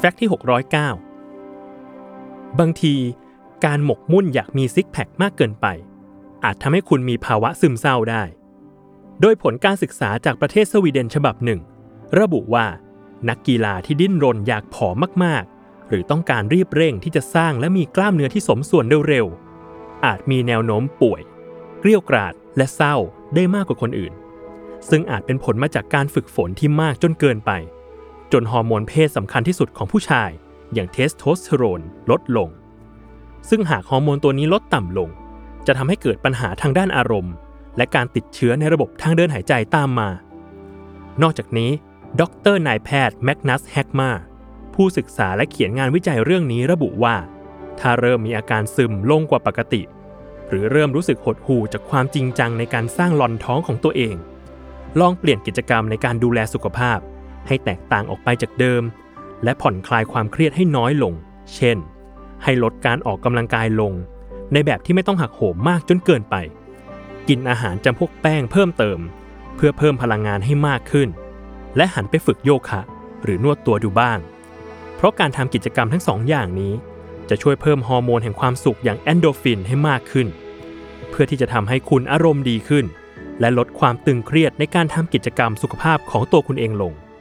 แฟกต์ที่609บางทีการหมกมุ่นอยากมีซิกแพคมากเกินไปอาจทำให้คุณมีภาวะซึมเศร้าได้โดยผลการศึกษาจากประเทศสวีเดนฉบับหนึ่งระบุว่านักกีฬาที่ดิ้นรนอยากผอมมากๆหรือต้องการรีบเร่งที่จะสร้างและมีกล้ามเนื้อที่สมส่วนเร็วๆอาจมีแนวโน้มป่วยเกรี้ยวกราดและเศร้าได้มากกว่าคนอื่นซึ่งอาจเป็นผลมาจากการฝึกฝนที่มากจนเกินไปจนฮอร์โมนเพศสำคัญที่สุดของผู้ชายอย่างเทสโทสเตอโรนลดลงซึ่งหากฮอร์โมนตัวนี้ลดต่ำลงจะทำให้เกิดปัญหาทางด้านอารมณ์และการติดเชื้อในระบบทางเดินหายใจตามมานอกจากนี้ดร.นายแพทย์แมกนัสแฮกมาผู้ศึกษาและเขียนงานวิจัยเรื่องนี้ระบุว่าถ้าเริ่มมีอาการซึมลงกว่าปกติหรือเริ่มรู้สึกหดหู่จากความจริงจังในการสร้างลอนท้องของตัวเองลองเปลี่ยนกิจกรรมในการดูแลสุขภาพให้แตกต่างออกไปจากเดิมและผ่อนคลายความเครียดให้น้อยลงเช่นให้ลดการออกกำลังกายลงในแบบที่ไม่ต้องหักโหมมากจนเกินไปกินอาหารจำพวกแป้งเพิ่มเติมเพื่อเพิ่มพลังงานให้มากขึ้นและหันไปฝึกโยคะหรือนวดตัวดูบ้างเพราะการทำกิจกรรมทั้งสองอย่างนี้จะช่วยเพิ่มฮอร์โมนแห่งความสุขอย่างแอนโดรฟินให้มากขึ้นเพื่อที่จะทำให้คุณอารมณ์ดีขึ้นและลดความตึงเครียดในการทำกิจกรรมสุขภาพของตัวคุณเองลง